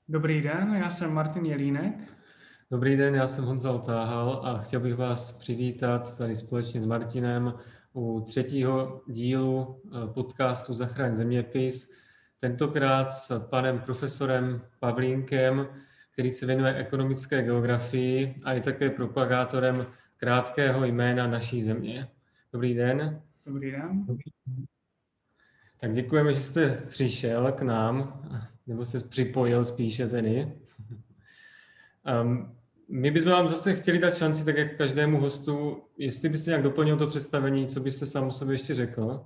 Dobrý den, já jsem Martin Jelínek. Dobrý den, já jsem Honza Otáhal a chtěl bych vás přivítat tady společně s Martinem u třetího dílu podcastu Zachraň zeměpis, tentokrát s panem profesorem Pavlínkem, který se věnuje ekonomické geografii a je také propagátorem krátkého jména naší země. Dobrý den. Dobrý den. Tak děkujeme, že jste přišel k nám, nebo se připojil spíše tedy. My bychom vám zase chtěli dát šanci, tak jak každému hostu, jestli byste nějak doplnil to představení, co byste sám o sobě ještě řekl?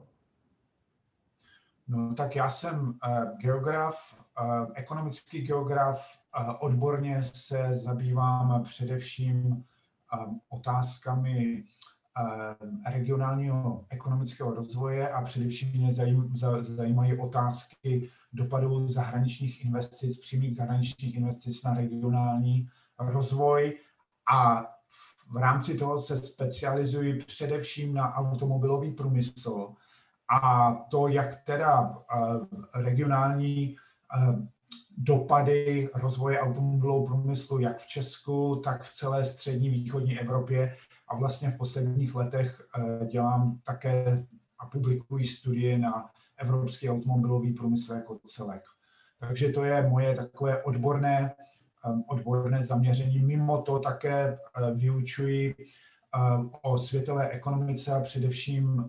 No tak já jsem geograf, ekonomický geograf, odborně se zabývám především otázkami regionálního ekonomického rozvoje a především mě zajímají otázky dopadů zahraničních investic, přímých zahraničních investic na regionální rozvoj a v rámci toho se specializuji především na automobilový průmysl a to, jak teda regionální dopady rozvoje automobilového průmyslu jak v Česku, tak v celé střední východní Evropě a vlastně v posledních letech dělám také a publikuji studie na evropský automobilový průmysl jako celek. Takže to je moje takové odborné zaměření. Mimo to také vyučuji o světové ekonomice a především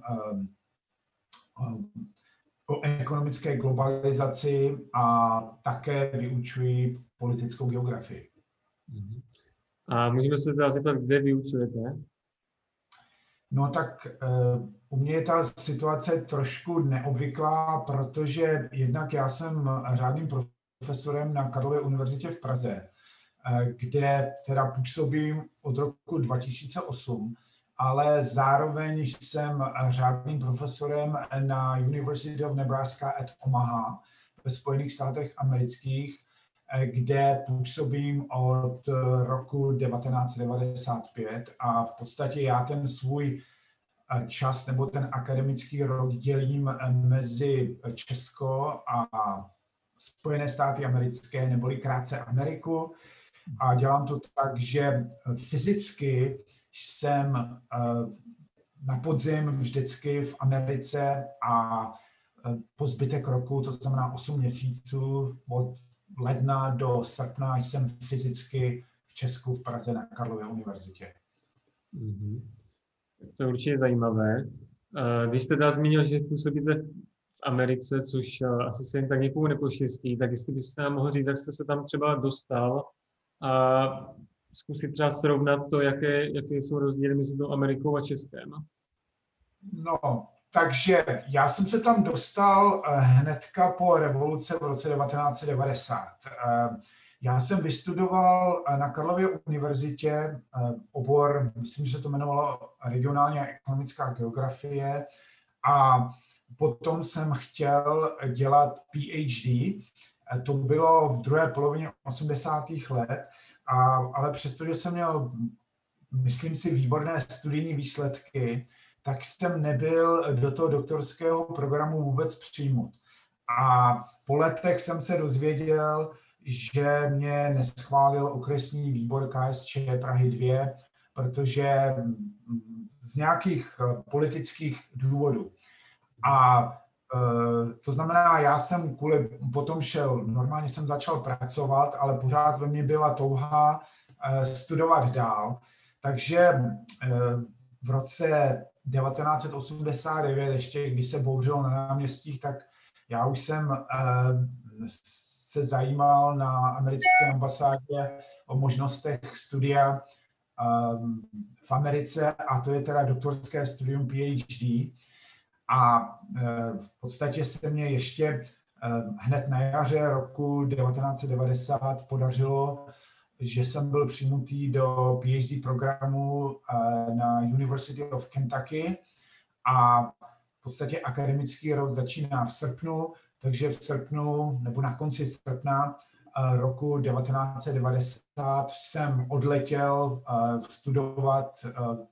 o ekonomické globalizaci a také vyučuji politickou geografii. A můžeme se teda zeptat, kde vyučujete? No tak u mě je ta situace trošku neobvyklá, protože jednak já jsem řádným profesorem na Karlově univerzitě v Praze, kde teda působím od roku 2008, ale zároveň jsem řádným profesorem na University of Nebraska at Omaha ve Spojených státech amerických, kde působím od roku 1995 a v podstatě já ten svůj čas nebo ten akademický rok dělím mezi Česko a Spojené státy americké, neboli krátce Ameriku. A dělám to tak, že fyzicky jsem na podzim vždycky v Americe a po zbytek roku, to znamená 8 měsíců, od ledna do srpna jsem fyzicky v Česku, v Praze na Karlově univerzitě. To je určitě zajímavé. Když jste teda zmínil, že působíte v Americe, což asi se jen tak někomu nepoštěstí, tak jestli byste nám mohl říct, jak jste se tam třeba dostal a zkusit třeba srovnat to, jaké jsou rozdíly mezi tou Amerikou a Českem. No, takže já jsem se tam dostal hnedka po revoluci v roce 1990. Já jsem vystudoval na Karlově univerzitě obor, myslím, že to jmenovalo regionální a ekonomická geografie a potom jsem chtěl dělat PhD. To bylo v druhé polovině 80. let, ale přestože jsem měl, myslím si, výborné studijní výsledky, tak jsem nebyl do toho doktorského programu vůbec přijmut. A po letech jsem se dozvěděl, že mě neschválil okresní výbor KSČ Prahy 2, protože z nějakých politických důvodů. A to znamená, já jsem potom normálně jsem začal pracovat, ale pořád ve mně byla touha studovat dál. Takže v roce 1989, ještě když se bouřilo na náměstích, tak já už jsem se zajímal na americké ambasádě o možnostech studia v Americe a to je teda doktorské studium PhD. A v podstatě se mě ještě hned na jaře roku 1990 podařilo, že jsem byl přijmutý do PhD programu na University of Kentucky a v podstatě akademický rok začíná v srpnu, takže v srpnu nebo na konci srpna roku 1990 jsem odletěl studovat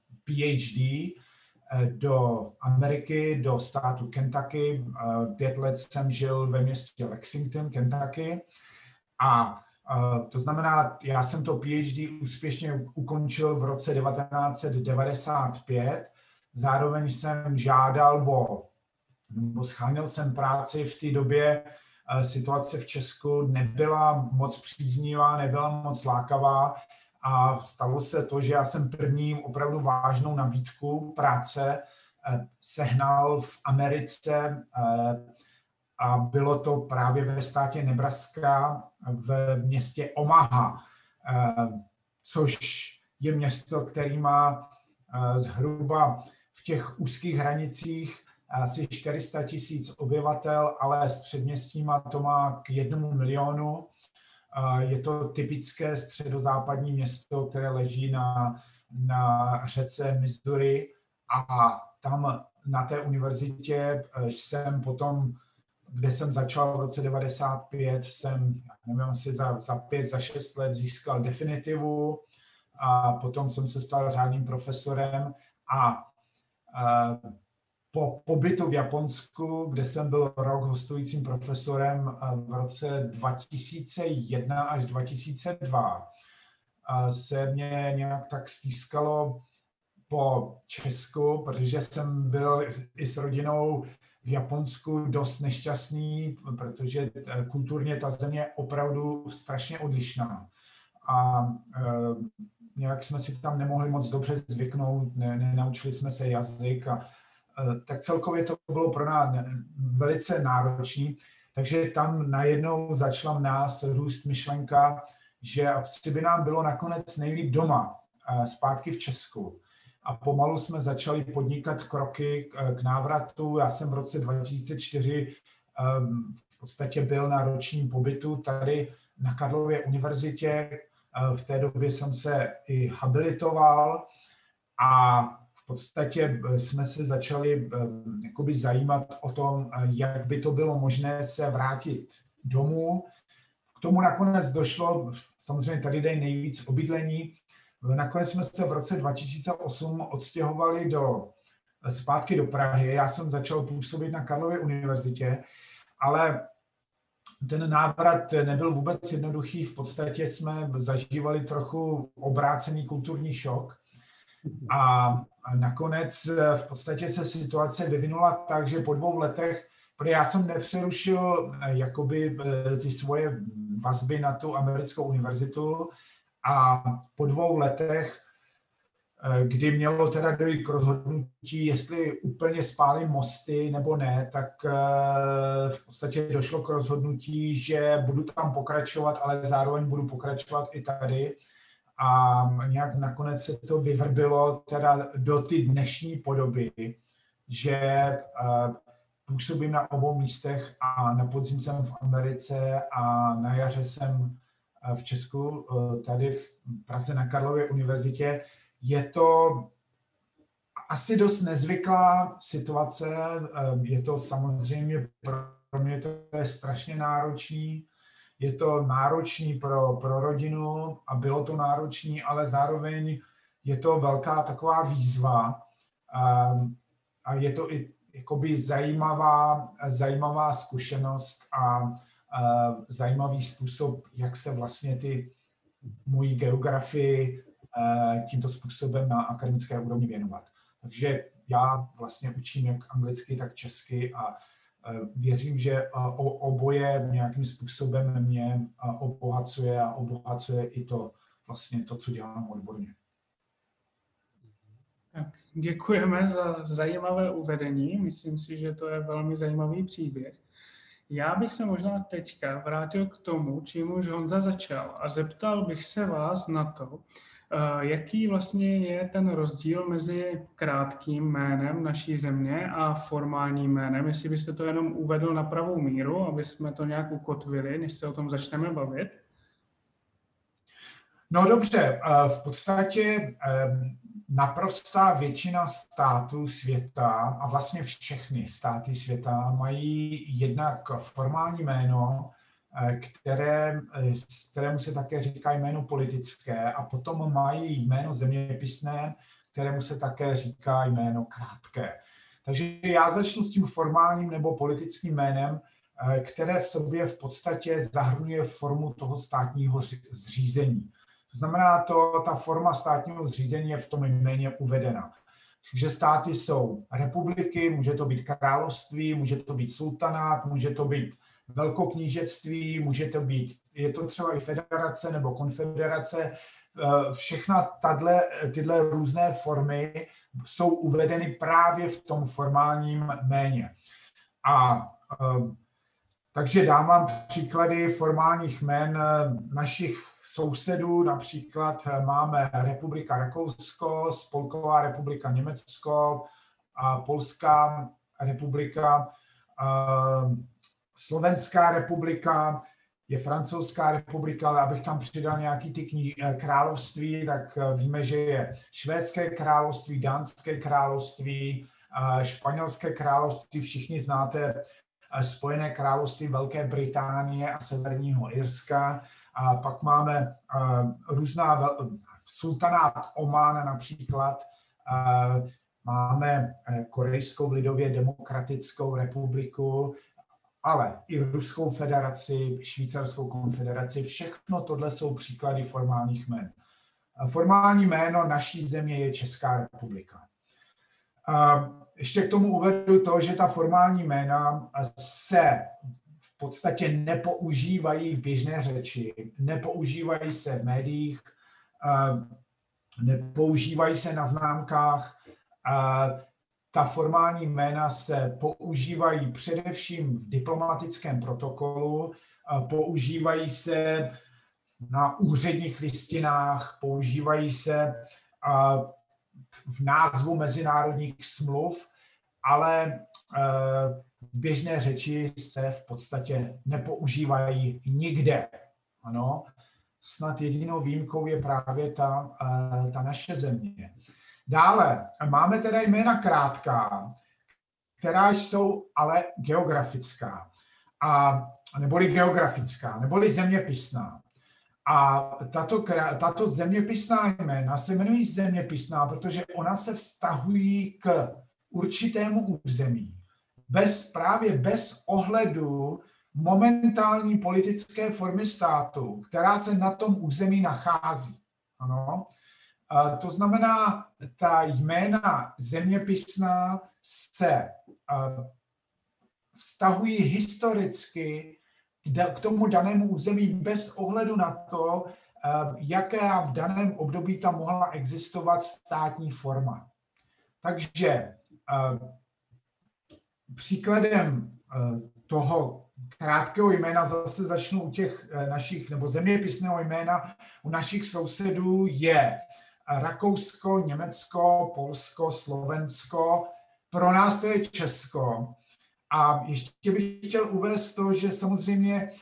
PhD do Ameriky, do státu Kentucky. 5 let jsem žil ve městě Lexington, Kentucky. A To znamená, já jsem to PhD úspěšně ukončil v roce 1995. Zároveň jsem žádal nebo scháněl jsem práci v té době. Situace v Česku nebyla moc příznivá, nebyla moc lákavá a stalo se to, že já jsem první opravdu vážnou nabídku práce sehnal v Americe a bylo to právě ve státě Nebraska v městě Omaha, což je město, který má zhruba v těch úzkých hranicích asi 400 000 obyvatel, ale s předměstíma to má k 1 milionu. Je to typické středozápadní město, které leží na řece Missouri a tam na té univerzitě jsem potom, kde jsem začal v roce 95, jsem, nevím, asi za 5, za 6 let získal definitivu a potom jsem se stal řádným profesorem a po pobytu v Japonsku, kde jsem byl rok hostujícím profesorem v roce 2001 až 2002, se mě nějak tak stýskalo po Česku, protože jsem byl i s rodinou v Japonsku dost nešťastný, protože kulturně ta země je opravdu strašně odlišná. A nějak jsme si tam nemohli moc dobře zvyknout, nenaučili jsme se jazyk a tak celkově to bylo pro nás velice náročné. Takže tam najednou začala v nás růst myšlenka, že asi by nám bylo nakonec nejlíp doma, zpátky v Česku. A pomalu jsme začali podnikat kroky k návratu. Já jsem v roce 2004 v podstatě byl na ročním pobytu tady na Karlově univerzitě. V té době jsem se i habilitoval a v podstatě jsme se začali jakoby zajímat o tom, jak by to bylo možné se vrátit domů. K tomu nakonec došlo, samozřejmě tady jde nejvíc o bydlení. Nakonec jsme se v roce 2008 odstěhovali zpátky do Prahy. Já jsem začal působit na Karlově univerzitě, ale ten návrat nebyl vůbec jednoduchý. V podstatě jsme zažívali trochu obrácený kulturní šok. A nakonec v podstatě se situace vyvinula tak, že po 2 letech, protože já jsem nepřerušil jakoby ty svoje vazby na tu americkou univerzitu a po 2 letech, kdy mělo teda dojít k rozhodnutí, jestli úplně spálím mosty nebo ne, tak v podstatě došlo k rozhodnutí, že budu tam pokračovat, ale zároveň budu pokračovat i tady. A nějak nakonec se to vyvrbilo teda do ty dnešní podoby, že působím na obou místech a na podzim jsem v Americe a na jaře jsem v Česku, tady v Praze na Karlově univerzitě. Je to asi dost nezvyklá situace, je to samozřejmě pro mě to je strašně náročný. Je to náročný pro rodinu a bylo to náročný, ale zároveň je to velká taková výzva a je to i jakoby zajímavá zkušenost a zajímavý způsob, jak se vlastně ty mojí geografii tímto způsobem na akademické úrovni věnovat. Takže já vlastně učím jak anglicky, tak česky a věřím, že oboje nějakým způsobem mě obohacuje a obohacuje i to, vlastně to, co dělám odborně. Tak, děkujeme za zajímavé uvedení. Myslím si, že to je velmi zajímavý příběh. Já bych se možná teďka vrátil k tomu, čím už Honza začal a zeptal bych se vás na to, jaký vlastně je ten rozdíl mezi krátkým jménem naší země a formálním jménem. Jestli byste to jenom uvedl na pravou míru, aby jsme to nějak ukotvili, než se o tom začneme bavit. No dobře, v podstatě naprostá většina států světa a vlastně všechny státy světa mají jednak formální jméno, kterému se také říká jméno politické a potom mají jméno zeměpisné, kterému se také říká jméno krátké. Takže já začnu s tím formálním nebo politickým jménem. které v sobě v podstatě zahrnuje formu toho státního zřízení. To znamená, ta forma státního zřízení je v tom jméně uvedena. Takže státy jsou republiky, může to být království, může to být sultanát, může to být velkoknížectví, může to být, je to třeba i federace nebo konfederace. Všechna tyhle různé formy jsou uvedeny právě v tom formálním jméně. Takže dám vám příklady formálních jmén našich sousedů. Například máme Republika Rakousko, Spolková republika Německo, Polská republika, Slovenská republika, je Francouzská republika, ale abych tam přidal nějaký ty království, tak víme, že je Švédské království, Dánské království, Španělské království, všichni znáte Spojené království Velké Británie a Severního Irska. A pak máme různá sultanát Oman například, máme Korejskou lidově demokratickou republiku, ale i Ruskou federaci, Švýcarskou konfederaci, všechno tohle jsou příklady formálních jmén. Formální jméno naší země je Česká republika. Ještě k tomu uvedu to, že ta formální jména se v podstatě nepoužívají v běžné řeči, nepoužívají se v médiích, nepoužívají se na známkách. Ta formální jména se používají především v diplomatickém protokolu, používají se na úředních listinách, používají se v názvu mezinárodních smluv, ale v běžné řeči se v podstatě nepoužívají nikde. Ano, snad jedinou výjimkou je právě ta naše země. Dále máme teda jména krátká, která jsou ale geografická, neboli zeměpisná. A tato zeměpisná jména se jmenují zeměpisná, protože ona se vztahují k určitému území. Právě bez ohledu momentální politické formy státu, která se na tom území nachází. Ano. To znamená, ta jména zeměpisná se vztahují historicky k tomu danému území bez ohledu na to, jaká v daném období tam mohla existovat státní forma. Takže příkladem toho krátkého jména zase začnu u těch našich, nebo zeměpisného jména u našich sousedů je Rakousko, Německo, Polsko, Slovensko. Pro nás to je Česko. A ještě bych chtěl uvést to, že samozřejmě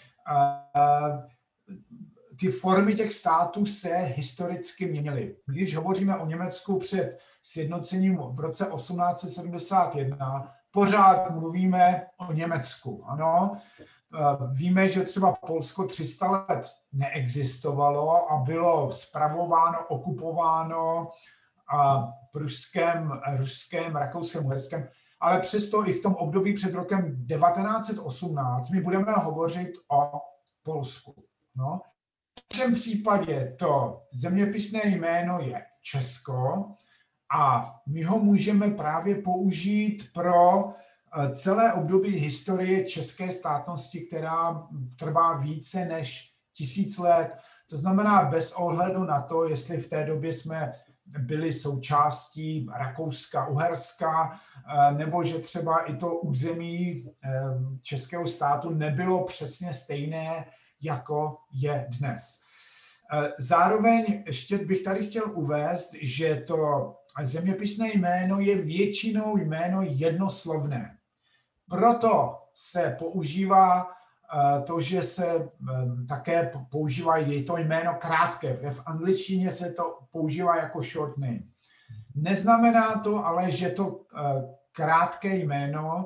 ty formy těch států se historicky měnily. Když hovoříme o Německu před sjednocením v roce 1871, pořád mluvíme o Německu. Ano? Víme, že třeba Polsko 300 let neexistovalo a bylo spravováno, okupováno Pruskem, Ruskem, Rakouskem, Uherskem, ale přesto i v tom období před rokem 1918 my budeme hovořit o Polsku. No. V každém případě to zeměpisné jméno je Česko a my ho můžeme právě použít pro celé období historie české státnosti, která trvá více než 1000 let. To znamená bez ohledu na to, jestli v té době jsme byli součástí Rakouska, Uherska, nebo že třeba i to území českého státu nebylo přesně stejné, jako je dnes. Zároveň ještě bych tady chtěl uvést, že to zeměpisné jméno je většinou jméno jednoslovné. Proto se používá to, že se také používá to jméno krátké. V angličtině se to používá jako short name. Neznamená to ale, že to krátké jméno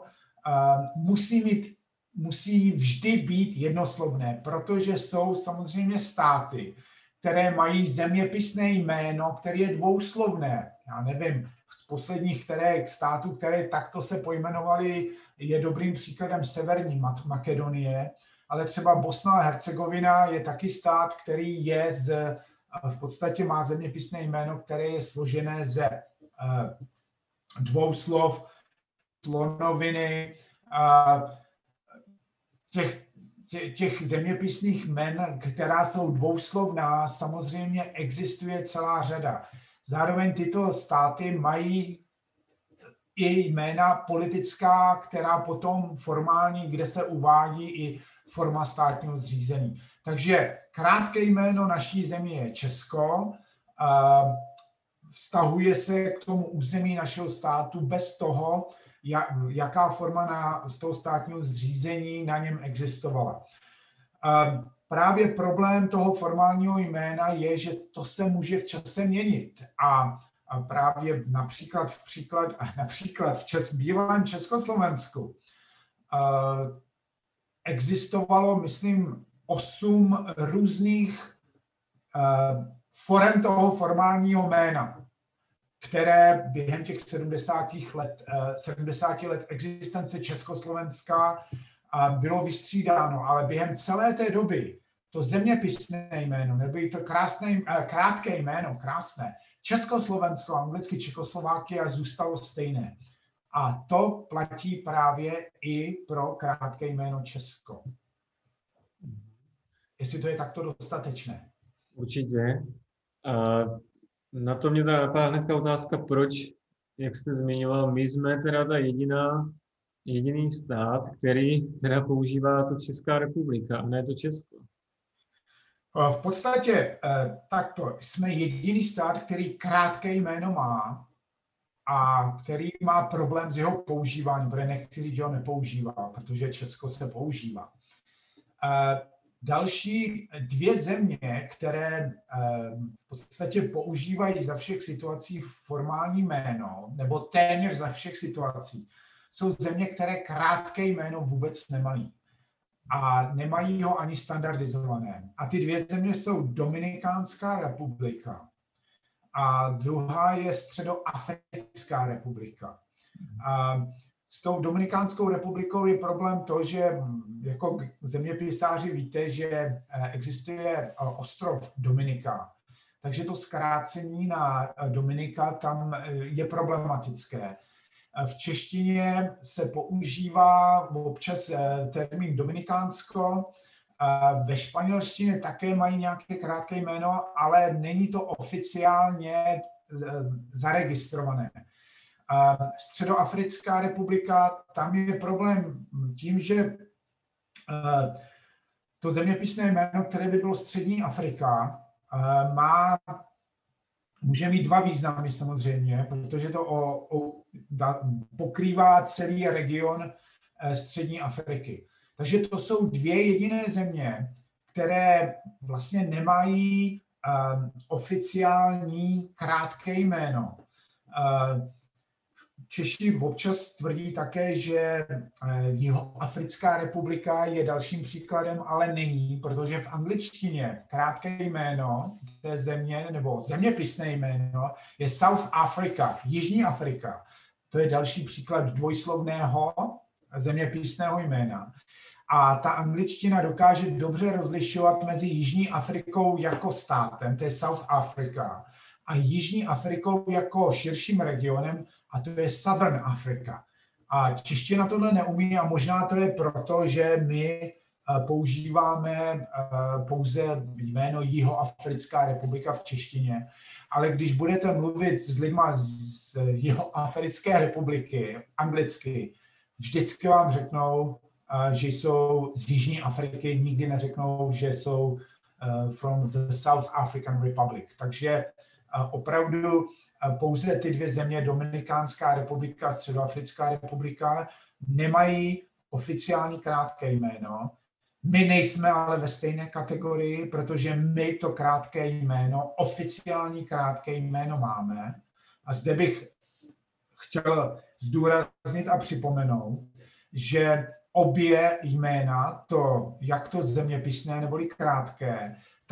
musí vždy být jednoslovné, protože jsou samozřejmě státy, které mají zeměpisné jméno, které je dvouslovné. Já nevím, z posledních států, které takto se pojmenovaly, je dobrým příkladem Severní Makedonie, ale třeba Bosna a Hercegovina je taky stát, který je v podstatě má zeměpisné jméno, které je složené ze dvou slov, slonoviny, těch zeměpisných jmen, která jsou dvouslovná, samozřejmě existuje celá řada. Zároveň tyto státy mají i jména politická, která potom formální, kde se uvádí i forma státního zřízení. Takže krátké jméno naší země je Česko, vztahuje se k tomu území našeho státu bez toho, jaká forma z toho státního zřízení na něm existovala. Právě problém toho formálního jména je, že to se může v čase měnit. A právě například v bývalém Československu existovalo, myslím, 8 různých forem toho formálního jména, které během těch 70 let existence Československa bylo vystřídáno, ale během celé té doby to zeměpisné jméno, nebo i to krátké jméno, Československo, anglicky Čekoslovákia, zůstalo stejné. A to platí právě i pro krátké jméno Česko. Jestli to je takto dostatečné. Určitě. A na to mě napadá hnedka otázka, proč, jak jste zmiňoval, my jsme teda ta jediný stát, který teda používá to Česká republika, a ne to Česko. V podstatě takto, jsme jediný stát, který krátké jméno má a který má problém s jeho používáním, protože nechci říct, že ho nepoužívá, protože Česko se používá. Další 2 země, které v podstatě používají za všech situací formální jméno, nebo téměř za všech situací, jsou země, které krátké jméno vůbec nemají. A nemají ho ani standardizované. A ty 2 země jsou Dominikánská republika a druhá je Středoafrická republika. A s tou Dominikánskou republikou je problém to, že jako zeměpisáři víte, že existuje ostrov Dominika. Takže to zkrácení na Dominika tam je problematické. V češtině se používá občas termín Dominikánsko, ve španělštině také mají nějaké krátké jméno, ale není to oficiálně zaregistrované. Středoafrická republika, tam je problém tím, že to zeměpisné jméno, které by bylo Střední Afrika, může mít 2 významy samozřejmě, protože to pokrývá celý region Střední Afriky. Takže to jsou 2 jediné země, které vlastně nemají oficiální krátké jméno. Češi občas tvrdí také, že Jihoafrická republika je dalším příkladem, ale není, protože v angličtině krátké jméno té země, nebo zeměpisné jméno, je South Africa, Jižní Afrika. To je další příklad dvojslovného zeměpisného jména. A ta angličtina dokáže dobře rozlišovat mezi Jižní Afrikou jako státem, to je South Africa, a Jižní Afrikou jako širším regionem, a to je Southern Africa. A čeština tohle neumí a možná to je proto, že my používáme pouze jméno Jihoafrická republika v češtině. Ale když budete mluvit s lidma z Jihoafrické republiky anglicky, vždycky vám řeknou, že jsou z Jižní Afriky, nikdy neřeknou, že jsou from the South African Republic. Takže opravdu pouze ty 2 země, Dominikánská republika a Středoafrická republika, nemají oficiální krátké jméno. My nejsme ale ve stejné kategorii, protože my to krátké jméno, oficiální krátké jméno máme. A zde bych chtěl zdůraznit a připomenout, že obě jména, jak to zeměpisné neboli krátké,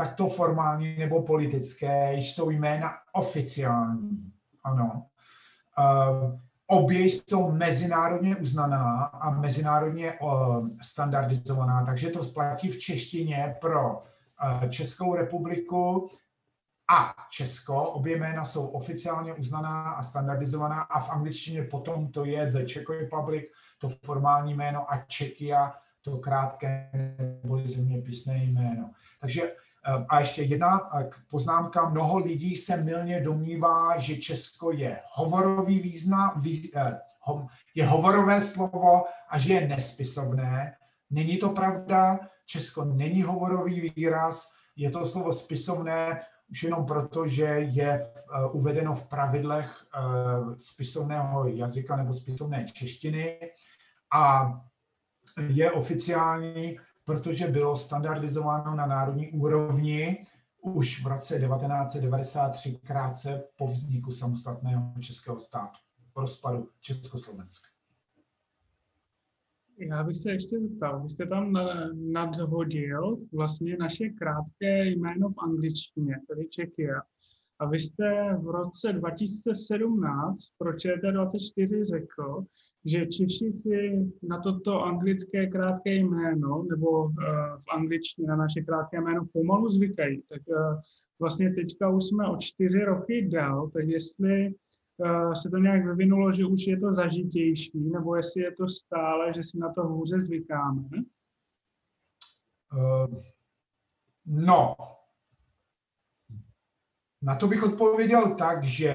takto formální nebo politické, jsou jména oficiální. Ano. Obě jsou mezinárodně uznaná a mezinárodně standardizovaná, takže to platí v češtině pro Českou republiku a Česko. Obě jména jsou oficiálně uznaná a standardizovaná a v angličtině potom to je The Czech Republic, to formální jméno, a Czechia, to krátké nebo zeměpisné jméno. Takže a ještě jedna poznámka. Mnoho lidí se mylně domnívá, že Česko je hovorový význam, je hovorové slovo a že je nespisovné. Není to pravda, Česko není hovorový výraz, je to slovo spisovné už jenom proto, že je uvedeno v pravidlech spisovného jazyka nebo spisovné češtiny a je oficiální, protože bylo standardizováno na národní úrovni už v roce 1993, krátce po vzniku samostatného českého státu, po rozpadu Československa. Já bych se ještě zeptal, vy jste tam nadhodil vlastně naše krátké jméno v angličtině, tedy Czechia. A vy jste v roce 2017 pro ČT24 řekl, že Češi si na toto anglické krátké jméno, nebo v angličtině na naše krátké jméno pomalu zvykají. Tak vlastně teďka už jsme o 4 roky dál, tak jestli se to nějak vyvinulo, že už je to zažitější, nebo jestli je to stále, že si na to hůře zvykáme? No, na to bych odpověděl tak, že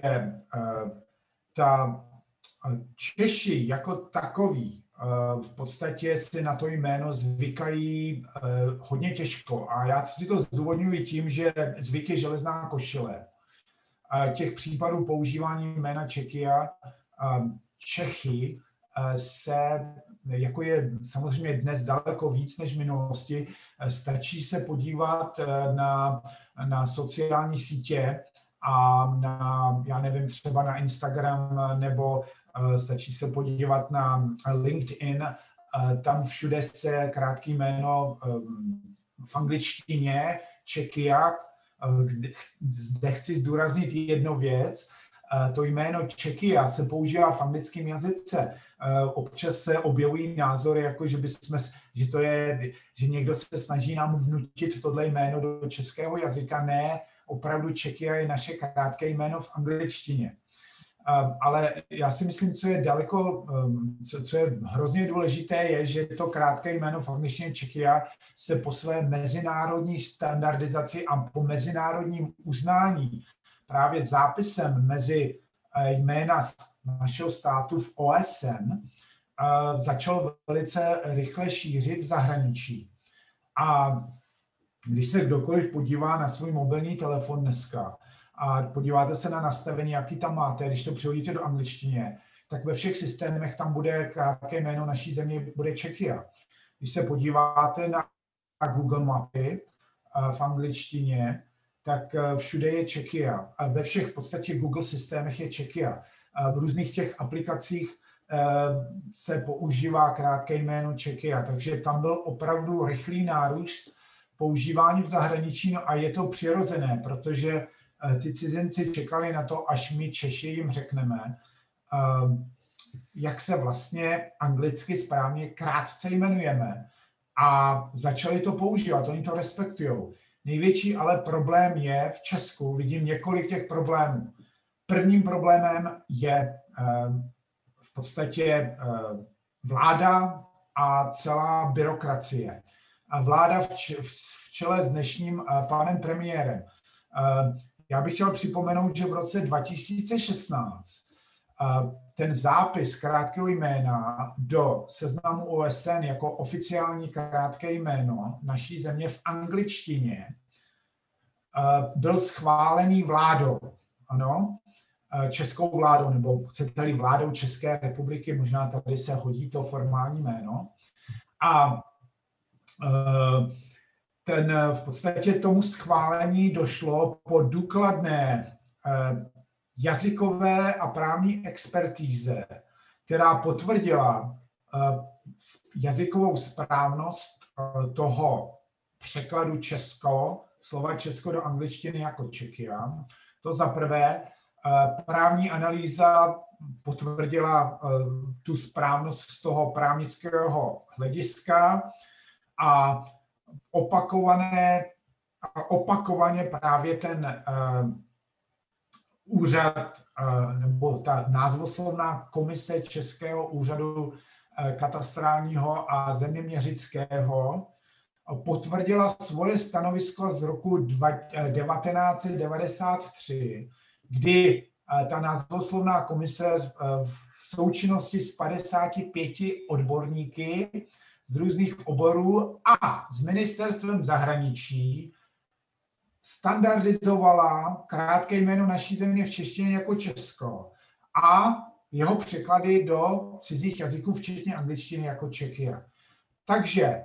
Češi jako takový v podstatě si na to jméno zvykají hodně těžko. A já si to zdůvodňuji tím, že zvyk je železná košile. Těch případů používání jména Czechia, Čechy se, jako je samozřejmě dnes daleko víc než v minulosti, stačí se podívat na sociální sítě a já nevím, třeba na Instagram, nebo stačí se podívat na LinkedIn, tam všude se krátké jméno v angličtině Czechia. Zde chci zdůraznit jednu věc. To jméno Czechia se používá v anglickém jazyce. Občas se objevují názory, jako že někdo se snaží nám vnutit tohle jméno do českého jazyka. Ne, opravdu Czechia je naše krátké jméno v angličtině. Ale já si myslím, co je hrozně důležité, je, že to krátké jméno v angličtině Czechia se po své mezinárodní standardizaci a po mezinárodním uznání právě zápisem mezi jména našeho státu v OSN začal velice rychle šířit v zahraničí. A když se kdokoliv podívá na svůj mobilní telefon dneska, a podíváte se na nastavení, jaký tam máte, když to přehodíte do angličtině, tak ve všech systémech tam bude krátké jméno naší země, bude Czechia. Když se podíváte na Google mapy v angličtině, tak všude je Czechia. A ve všech v podstatě Google systémech je Czechia. V různých těch aplikacích se používá krátké jméno Czechia, takže tam byl opravdu rychlý nárůst používání v zahraničí, no a je to přirozené, protože ty cizinci čekali na to, až my Češi jim řekneme, jak se vlastně anglicky správně krátce jmenujeme. A začali to používat, oni to respektujou. Největší ale problém je v Česku, vidím několik těch problémů. Prvním problémem je v podstatě vláda a celá byrokracie. A vláda v čele s dnešním panem premiérem. Já bych chtěl připomenout, že v roce 2016 ten zápis krátkého jména do seznamu OSN jako oficiální krátké jméno naší země v angličtině byl schválený vládou, ano, českou vládou, nebo chcete-li vládou České republiky, možná tady se hodí to formální jméno. A v podstatě tomu schválení došlo po důkladné jazykové a právní expertíze, která potvrdila jazykovou správnost toho překladu Česko slova Česko do angličtiny jako Czechia. To za prvé. Právní analýza potvrdila tu správnost z toho právnického hlediska a opakovaně právě ten úřad nebo ta názvoslovná komise Českého úřadu katastrálního a zeměměřického potvrdila svoje stanovisko z roku 1993, kdy ta názvoslovná komise v součinnosti s 55 odborníky z různých oborů a s ministerstvem zahraničí standardizovala krátké jméno naší země v češtině jako Česko a jeho překlady do cizích jazyků, včetně angličtiny jako Czechia. Takže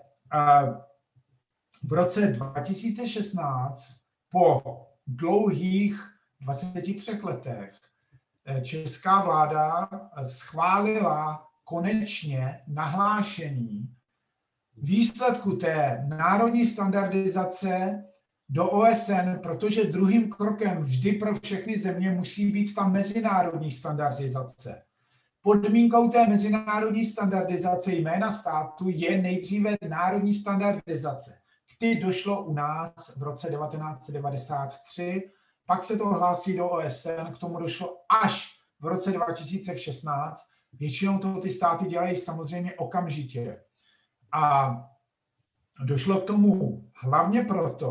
v roce 2016 po dlouhých 23 letech česká vláda schválila konečně nahlášení výsledku té národní standardizace do OSN, protože druhým krokem vždy pro všechny země musí být ta mezinárodní standardizace. Podmínkou té mezinárodní standardizace jména státu je nejdříve národní standardizace, kdy došlo u nás v roce 1993, pak se to hlásí do OSN, k tomu došlo až v roce 2016. Většinou to ty státy dělají samozřejmě okamžitě. A došlo k tomu hlavně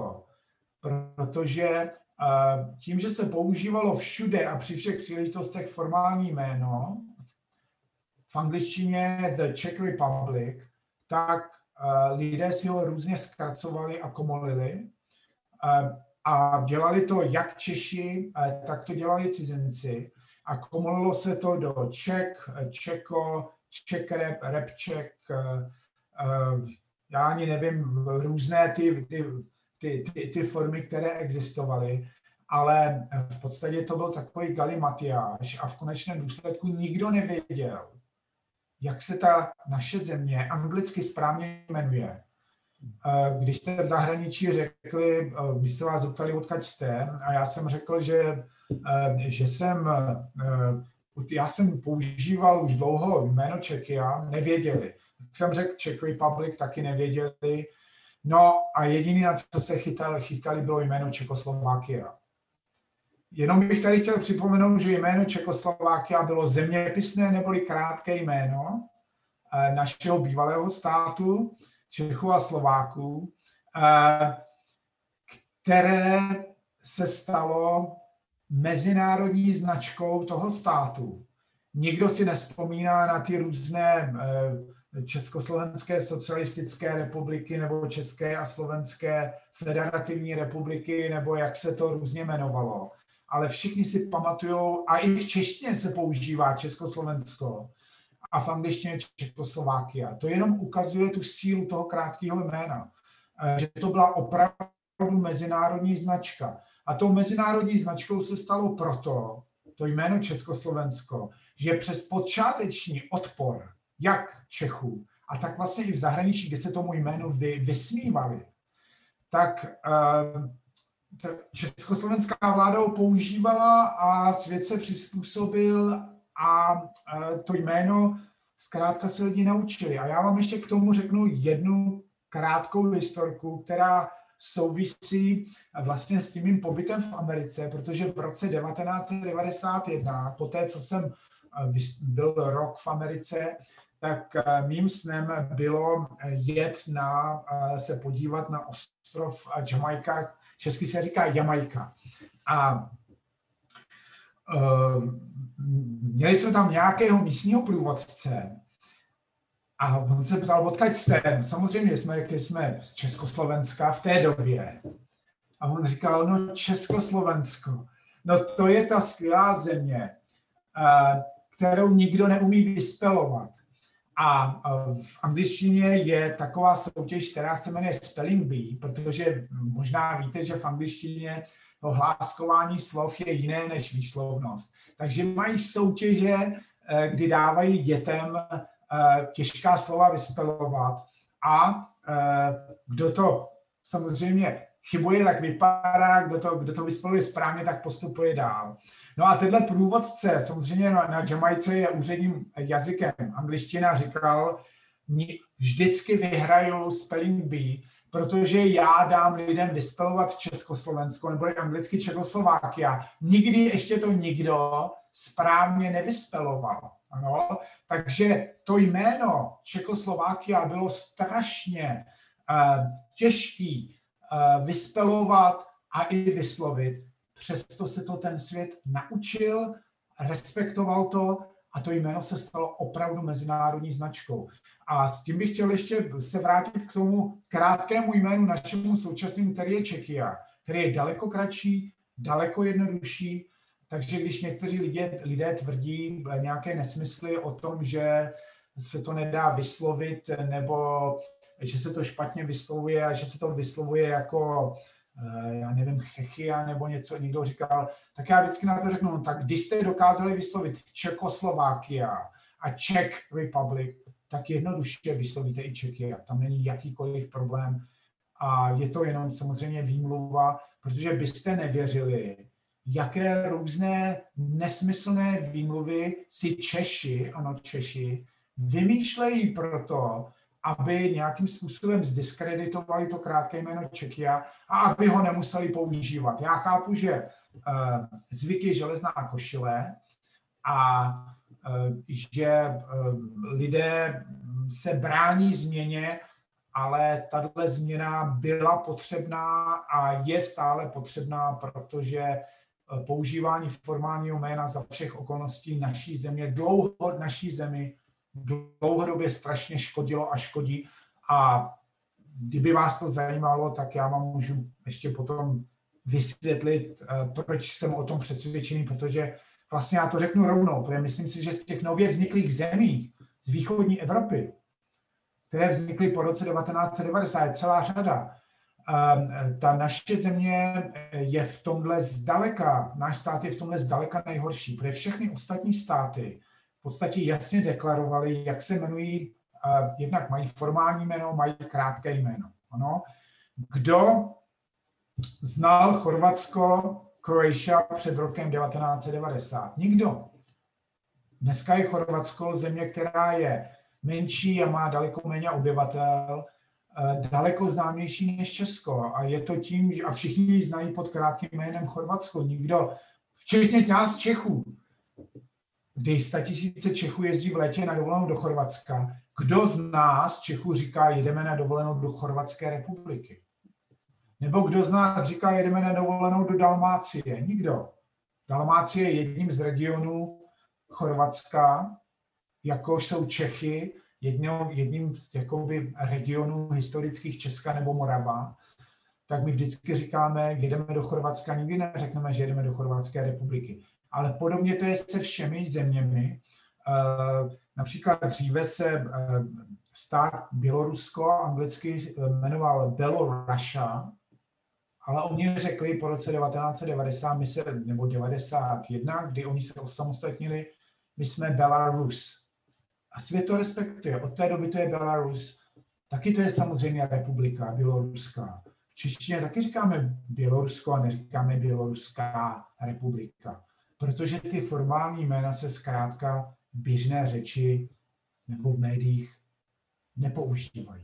protože tím, že se používalo všude a při všech příležitostech formální jméno, v angličtině The Czech Republic, tak lidé si ho různě zkracovali a komolili. A dělali to jak Češi, tak to dělali cizinci. A komolilo se to do Čech, Čeko, Čekrep, Repček, já ani nevím, různé ty formy, které existovaly, ale v podstatě to byl takový galimatiáš a v konečném důsledku nikdo nevěděl, jak se ta naše země anglicky správně jmenuje. Když jste v zahraničí řekli, když se vás zeptali, odkud jste, a já jsem řekl, že já jsem používal už dlouho jméno Czechia, nevěděli. Jak jsem řekl Czech Republic, taky nevěděli. No a jediný, na co se chystali, bylo jméno Čekoslovákia. Jenom bych tady chtěl připomenout, že jméno Čekoslovákia bylo zeměpisné neboli krátké jméno našeho bývalého státu, Čechů a Slováků, které se stalo mezinárodní značkou toho státu. Nikdo si nevzpomíná na ty různé Československé socialistické republiky nebo České a Slovenské federativní republiky, nebo jak se to různě jmenovalo. Ale všichni si pamatujou, a i v češtině se používá Československo a v angličtině Čekoslovákia. To jenom ukazuje tu sílu toho krátkého jména. Že to byla opravdu mezinárodní značka. A tou mezinárodní značkou se stalo proto, to jméno Československo, že přes počáteční odpor jak Čechů, a tak vlastně i v zahraničí, kde se tomu jménu vysmívali, tak československá vláda ho používala a svět se přizpůsobil a to jméno zkrátka se lidi naučili. A já vám ještě k tomu řeknu jednu krátkou historku, která souvisí vlastně s tím mým pobytem v Americe, protože v roce 1991, poté co jsem byl rok v Americe, tak mým snem bylo jet se podívat na ostrov Jamaika, česky se říká Jamaika. A měli jsme tam nějakého místního průvodce a on se ptal, odkud jste? Samozřejmě jsme řekli, jsme z Československa v té době. A on říkal, no Československo, no to je ta skvělá země, kterou nikdo neumí vyspelovat. A v angličtině je taková soutěž, která se jmenuje Spelling Bee, protože možná víte, že v angličtině to hláskování slov je jiné než výslovnost. Takže mají soutěže, kdy dávají dětem těžká slova vyspelovat a kdo to samozřejmě chybuje, tak vypadá, kdo to vyspěluje správně, tak postupuje dál. No a tenhle průvodce, samozřejmě na Jamajce je úředním jazykem. Angličtina říkal, vždycky vyhraju spelling bee, protože já dám lidem vyspelovat Československo, nebo anglicky Čekoslovákia. Nikdy ještě to nikdo správně nevyspeloval. Ano? Takže to jméno Čekoslovákia bylo strašně těžký vyspelovat a i vyslovit. Přesto se to ten svět naučil, respektoval to a to jméno se stalo opravdu mezinárodní značkou. A s tím bych chtěl ještě se vrátit k tomu krátkému jménu našemu současnému, který je Czechia, který je daleko kratší, daleko jednodušší, takže když někteří lidé tvrdí nějaké nesmysly o tom, že se to nedá vyslovit, nebo že se to špatně vyslovuje a že se to vyslovuje jako, já nevím, Chechia nebo něco, někdo říkal, tak já vždycky na to řeknu, no, tak když jste dokázali vyslovit Čekoslovákia a Czech Republic, tak jednoduše vyslovíte i Czechia. Tam není jakýkoliv problém. A je to jenom samozřejmě výmluva, protože byste nevěřili, jaké různé nesmyslné výmluvy si Češi, vymýšlejí proto, aby nějakým způsobem zdiskreditovali to krátké jméno Czechia a aby ho nemuseli používat. Já chápu, že zvyk je železná košile a že lidé se brání změně, ale tato změna byla potřebná a je stále potřebná, protože používání formálního jména za všech okolností naší zemi dlouhodobě strašně škodilo a škodí. A kdyby vás to zajímalo, tak já vám můžu ještě potom vysvětlit, proč jsem o tom přesvědčený, protože vlastně já to řeknu rovnou, protože myslím si, že z těch nově vzniklých zemí z východní Evropy, které vznikly po roce 1990, je celá řada. Ta naše země je v tomhle zdaleka, náš stát je v tomhle zdaleka nejhorší, protože všechny ostatní státy v podstatě jasně deklarovali, jak se jmenují, jednak mají formální jméno, mají krátké jméno. Ano. Kdo znal Chorvatsko, Croatia před rokem 1990? Nikdo. Dneska je Chorvatsko země, která je menší a má daleko méně obyvatel, daleko známější než Česko. A je to tím, a všichni ji znají pod krátkým jménem Chorvatsko. Nikdo, včetně nás Čechů, kdy 100 000 Čechů jezdí v létě na dovolenou do Chorvatska. Kdo z nás Čechů říká, jedeme na dovolenou do Chorvatské republiky? Nebo kdo z nás říká, jedeme na dovolenou do Dalmácie? Nikdo. Dalmácie je jedním z regionů Chorvatska, jakož jsou Čechy, jedním z jakoby regionů historických Česka nebo Morava. Tak my vždycky říkáme, jedeme do Chorvatska, nikdy neřekneme, že jedeme do Chorvatské republiky. Ale podobně to je se všemi zeměmi. Například dříve se stát Bělorusko anglicky jmenoval Belorussia, ale oni řekli po roce 1990, nebo 91, kdy oni se osamostatnili, my jsme Belarus. A svět to respektuje. Od té doby to je Belarus. Taky to je samozřejmě republika běloruská. V češtině taky říkáme Bělorusko a neříkáme Běloruská republika. Protože ty formální jména se zkrátka v běžné řeči nebo v médiích nepoužívají.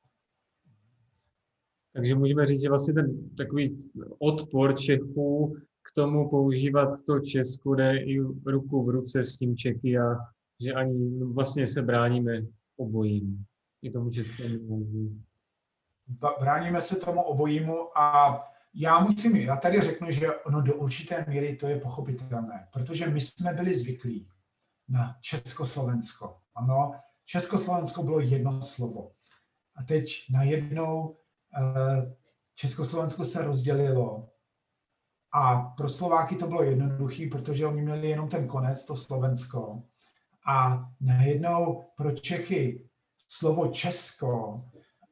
Takže můžeme říct, že vlastně ten takový odpor Čechů k tomu používat to Česku jde i ruku v ruce s tím Čechy a že ani vlastně se bráníme obojím, i tomu českému. Bráníme se tomu obojímu a já tady řeknu, že ono do určité míry to je pochopitelné, protože my jsme byli zvyklí na Československo. Ano, Československo bylo jedno slovo. A teď najednou Československo se rozdělilo a pro Slováky to bylo jednoduché, protože oni měli jenom ten konec, to Slovensko. A najednou pro Čechy slovo Česko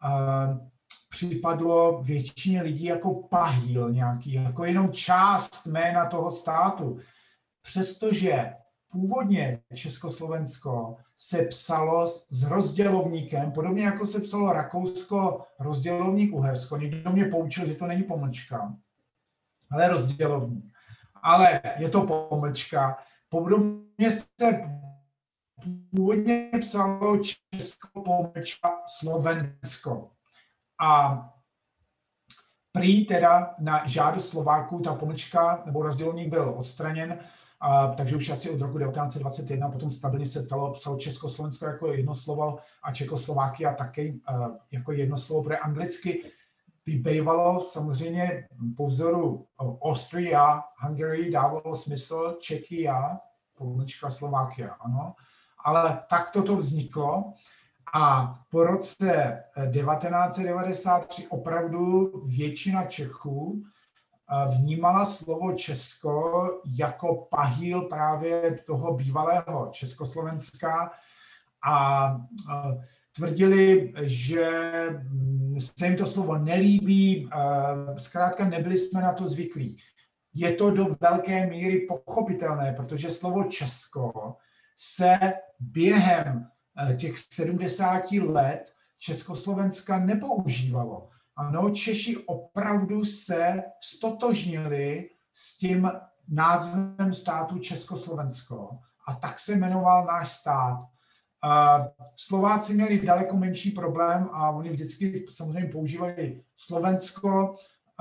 připadlo většině lidí jako pahýl nějaký, jako jenom část jména toho státu. Přestože původně Československo se psalo s rozdělovníkem, podobně jako se psalo Rakousko, rozdělovník Uhersko. Někdo mě poučil, že to není pomlčka, ale rozdělovník. Ale je to pomlčka. Podobně se původně psalo Česko, pomlčka, Slovensko. A prý teda na žádost Slováků ta pomlčka nebo rozdělovník byl odstraněn, takže už asi od roku 1921 potom stabilně se psalo Československo jako jedno slovo a Čekoslovákia také jako jedno slovo, protože anglicky by bývalo samozřejmě po vzoru Austria, Hungary dávalo smysl Čekia, pomlčka Slovákia, ano. Ale tak toto vzniklo a po roce 1993 opravdu většina Čechů vnímala slovo Česko jako pahýl právě toho bývalého Československa a tvrdili, že se jim to slovo nelíbí, zkrátka nebyli jsme na to zvyklí. Je to do velké míry pochopitelné, protože slovo Česko se během těch 70 let Československa nepoužívalo. Ano, Češi opravdu se stotožnili s tím názvem státu Československo a tak se jmenoval náš stát. Slováci měli daleko menší problém a oni vždycky samozřejmě používali Slovensko,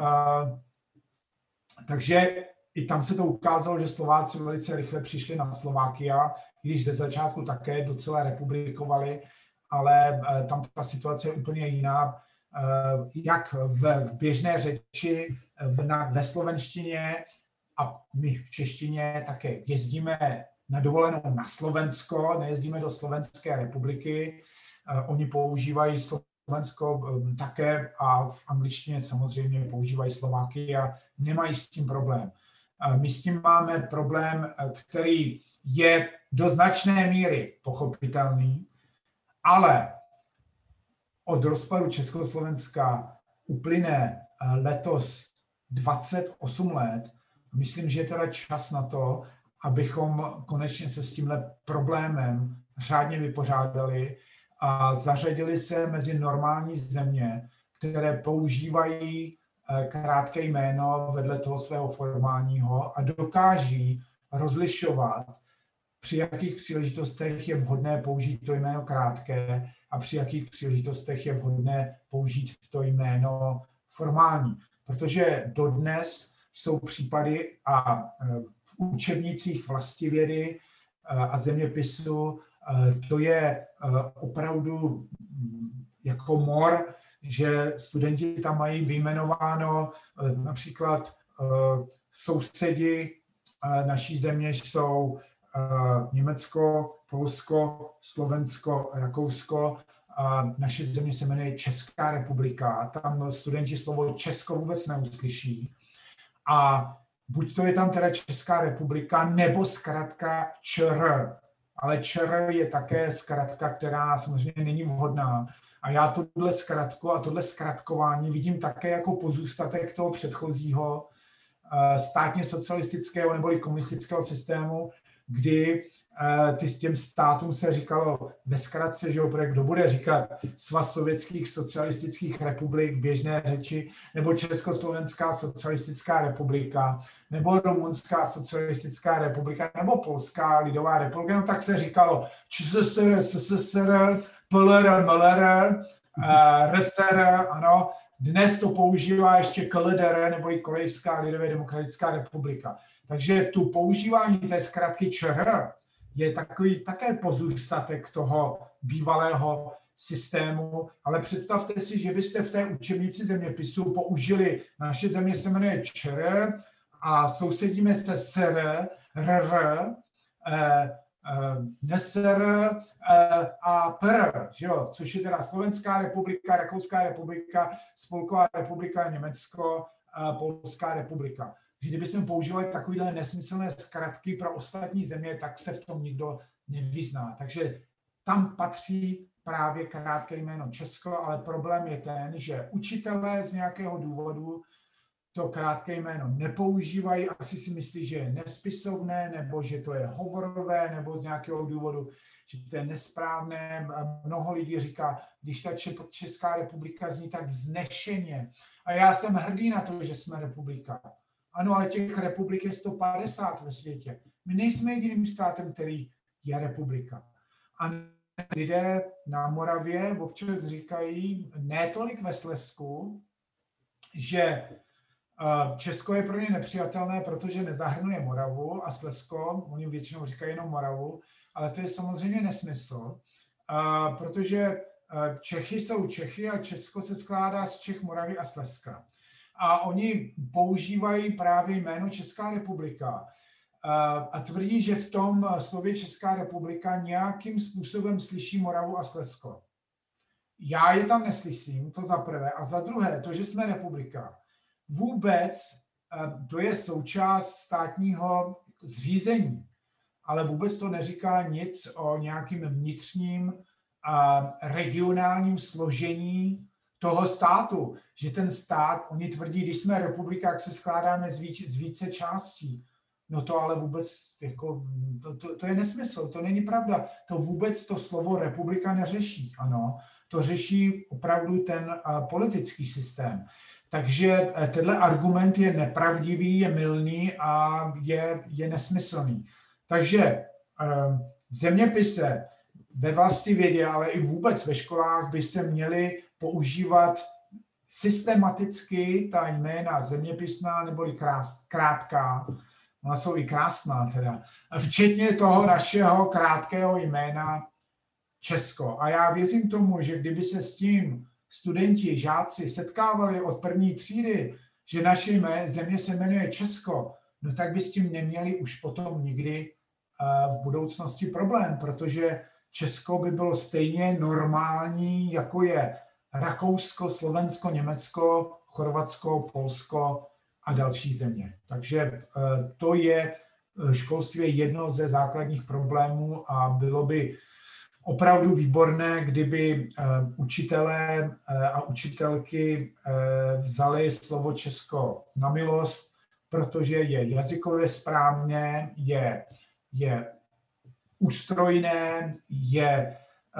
takže i tam se to ukázalo, že Slováci velice rychle přišli na Slovákia, když ze začátku také docela republikovali, ale tam ta situace je úplně jiná. Jak v běžné řeči, ve slovenštině a my v češtině také jezdíme na dovolenou na Slovensko, nejezdíme do Slovenské republiky. Oni používají Slovensko také a v angličtině samozřejmě používají Slováky a nemají s tím problém. My s tím máme problém, který je do značné míry pochopitelný, ale od rozpadu Československa uplyne letos 28 let. Myslím, že je teda čas na to, abychom konečně se s tímhle problémem řádně vypořádali a zařadili se mezi normální země, které používají krátké jméno vedle toho svého formálního a dokáží rozlišovat, při jakých příležitostech je vhodné použít to jméno krátké a při jakých příležitostech je vhodné použít to jméno formální. Protože dodnes jsou případy a v učebnicích vlastivědy a zeměpisu to je opravdu jako mor, že studenti tam mají vyjmenováno například sousedi naší země jsou Německo, Polsko, Slovensko, Rakousko. Naše země se jmenuje Česká republika. Tam studenti slovo Česko vůbec neuslyší. A buď to je tam teda Česká republika, nebo zkratka ČR. Ale ČR je také zkratka, která samozřejmě není vhodná. A já tohle zkratku a tohle zkratkování vidím také jako pozůstatek toho předchozího státně socialistického neboli komunistického systému, kdy těm státům se říkalo ve zkratce, že kdo bude říkat Svaz sovětských socialistických republik v běžné řeči, nebo Československá socialistická republika, nebo Rumunská socialistická republika, nebo Polská lidová republika, no tak se říkalo ČSSR, SSSR, PLR, MLR, RSR, ano. Dnes to používá ještě KLDR, nebo i Korejská lidově demokratická republika. Takže tu používání té zkratky ČR je takový také pozůstatek toho bývalého systému, ale představte si, že byste v té učebnici zeměpisu použili, naše země se jmenuje ČR a sousedíme se SR, RR, NSR a PR, že jo? Což je teda Slovenská republika, Rakouská republika, Spolková republika, Německo, Polská republika. Kdyby jsem používal takovéhle nesmyslné zkratky pro ostatní země, tak se v tom nikdo nevyzná. Takže tam patří právě krátké jméno Česko, ale problém je ten, že učitelé z nějakého důvodu to krátké jméno nepoužívají, asi si myslí, že je nespisovné, nebo že to je hovorové, nebo z nějakého důvodu že to je nesprávné. Mnoho lidí říká, když ta Česká republika zní tak vznešeně. A já jsem hrdý na to, že jsme republika. Ano, ale těch republik je 150 ve světě. My nejsme jediným státem, který je republika. A lidé na Moravě občas říkají, ne tolik ve Slezsku, že Česko je pro ně nepřijatelné, protože nezahrnuje Moravu a Slezsko, oni většinou říkají jenom Moravu, ale to je samozřejmě nesmysl, protože Čechy jsou Čechy a Česko se skládá z Čech, Moravy a Slezska. A oni používají právě jméno Česká republika a tvrdí, že v tom slově Česká republika nějakým způsobem slyší Moravu a Slezsko. Já je tam neslyším, to za prvé. A za druhé, to, že jsme republika, vůbec to je součást státního zřízení, ale vůbec to neříká nic o nějakým vnitřním a regionálním složení toho státu, že ten stát, oni tvrdí, když jsme republika, jak se skládáme z více částí. No to ale vůbec, jako, to je nesmysl, to není pravda. To vůbec to slovo republika neřeší, ano. To řeší opravdu ten politický systém. Takže tenhle argument je nepravdivý, je mylný a je nesmyslný. Takže v zeměpise, ve vlastivědě, ale i vůbec ve školách by se měly používat systematicky ta jména zeměpisná neboli krátká. Ona jsou i krásná teda. Včetně toho našeho krátkého jména Česko. A já věřím tomu, že kdyby se s tím studenti, žáci setkávali od první třídy, že naše země se jmenuje Česko, no tak by s tím neměli už potom nikdy v budoucnosti problém, protože Česko by bylo stejně normální, jako je Rakousko, Slovensko, Německo, Chorvatsko, Polsko a další země. Takže to je školství jedno ze základních problémů a bylo by opravdu výborné, kdyby učitelé a učitelky vzali slovo Česko na milost, protože je jazykově správné, je ústrojné, je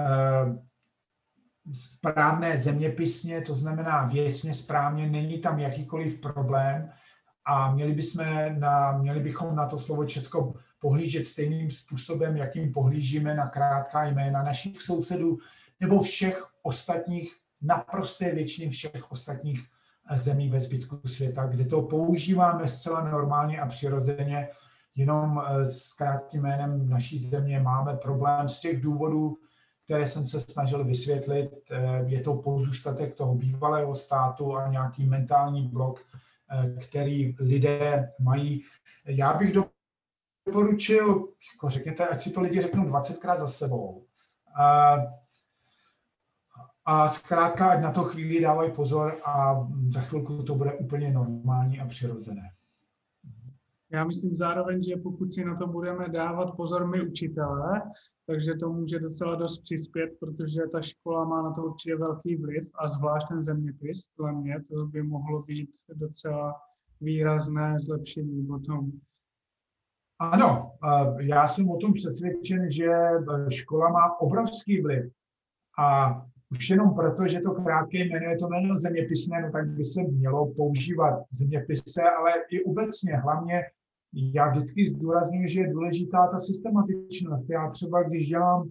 správné zeměpisně, to znamená věcně správně, není tam jakýkoliv problém a měli bychom na to slovo Česko pohlížet stejným způsobem, jakým pohlížíme na krátká jména našich sousedů nebo všech ostatních, naprosté většiny všech ostatních zemí ve zbytku světa, kde to používáme zcela normálně a přirozeně, jenom s krátkým jménem naší země máme problém z těch důvodů, které jsem se snažil vysvětlit. Je to pozůstatek toho bývalého státu a nějaký mentální blok, který lidé mají. Já bych doporučil, jako řekněte, ať si to lidi řeknou 20krát za sebou. A zkrátka, ať na to chvíli dávají pozor a za chvilku to bude úplně normální a přirozené. Já myslím zároveň, že pokud si na to budeme dávat pozor my učitelé, takže to může docela dost přispět, protože ta škola má na to určitě velký vliv a zvlášť ten zeměpis, podle mě to by mohlo být docela výrazné zlepšení potom. Ano, já jsem o tom přesvědčen, že škola má obrovský vliv a už jenom proto, že to krátké jméno je to jméno zeměpisné, no tak by se mělo používat zeměpise, ale i obecně, hlavně já vždycky zdůrazňuji, že je důležitá ta systematičnost. Já třeba, když dělám,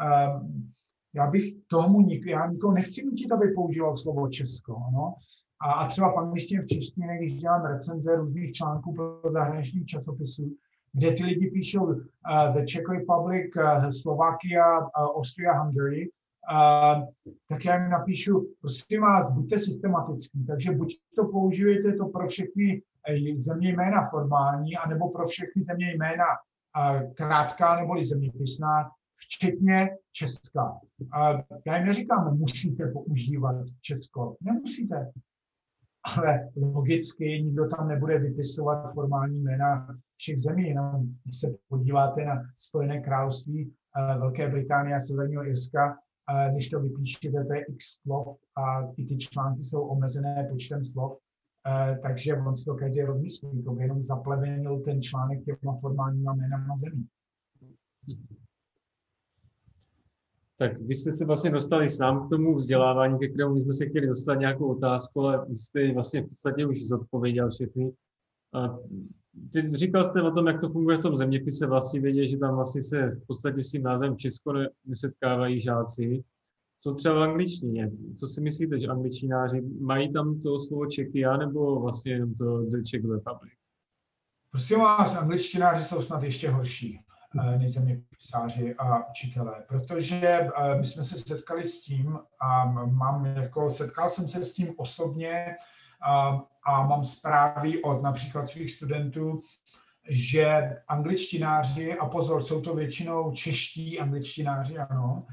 já nikoho nechci nutit, aby používal slovo Česko, ano? A třeba v angličtině, v češtině, když dělám recenze různých článků pro zahraniční časopisů, kde ty lidi píšou the Czech Republic, Slovakia, Austria, Hungary, tak já jim napíšu, prosím vás, buďte systematický, takže buď to použijete to pro všechny země jména formální, anebo pro všechny země jména krátká neboli zeměpisná, včetně Česka. Já jim neříkám, musíte používat Česko, nemusíte, ale logicky nikdo tam nebude vypisovat formální jména všech zemí, jenom když se podíváte na Spojené království, Velké Británie a Severního Irska, když to vypíšete, to je x slov a i ty články jsou omezené počtem slov, takže on si to každý rozmyslí, to by jenom zaplevenil ten článek těma formálníma jménama zemí. Tak vy jste se vlastně dostali sám k tomu vzdělávání, ke kterému my jsme se chtěli dostat nějakou otázku, ale vy jste ji vlastně v podstatě už zodpověděl všechny. A říkal jste o tom, jak to funguje v tom zeměpise vlastní vědě, že tam vlastně se v podstatě s tím názvem Česko nesetkávají žáci. Co třeba v angličtině? Co si myslíte, že angličtináři mají tam to slovo Czechia nebo vlastně jenom to The Czech Republic? Prosím vás, angličtináři jsou snad ještě horší než zeměpisáři a učitelé, protože my jsme se setkali s tím a setkal jsem se s tím osobně a mám zprávy od například svých studentů, že angličtináři, a pozor, jsou to většinou čeští angličtináři, ano,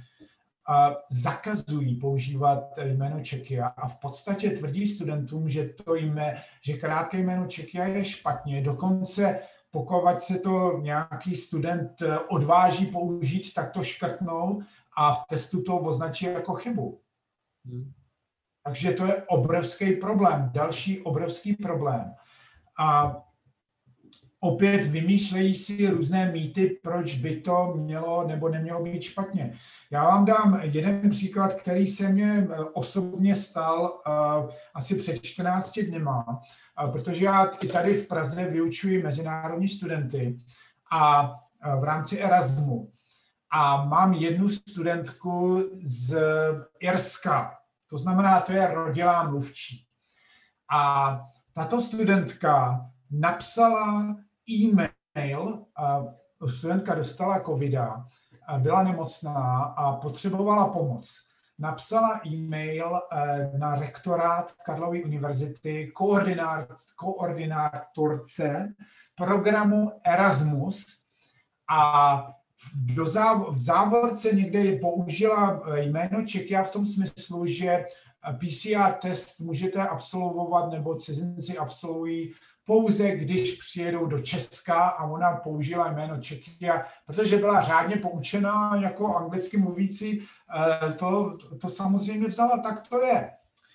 zakazují používat jméno Czechia a v podstatě tvrdí studentům, že krátké jméno Czechia je špatně. Dokonce pokud se to nějaký student odváží použít, tak to škrtnou a v testu to označí jako chybu. Takže to je obrovský problém, další obrovský problém. A opět vymýšlejí si různé mýty, proč by to mělo nebo nemělo být špatně. Já vám dám jeden příklad, který se mě osobně stal asi před 14 dněma, protože já i tady v Praze vyučuji mezinárodní studenty a v rámci Erasmu. A mám jednu studentku z Irska, to znamená, to je rodilá mluvčí. A tato studentka napsala e-mail, studentka dostala covida, byla nemocná a potřebovala pomoc. Napsala e-mail na rektorát Karlovy univerzity koordinátorce programu Erasmus a v závorce někde použila jméno Czechia v tom smyslu, že PCR test můžete absolvovat nebo cizinci absolvují pouze, když přijedou do Česka, a ona použila jméno Czechia, protože byla řádně poučená jako anglicky mluvící, to samozřejmě vzala, tak to je.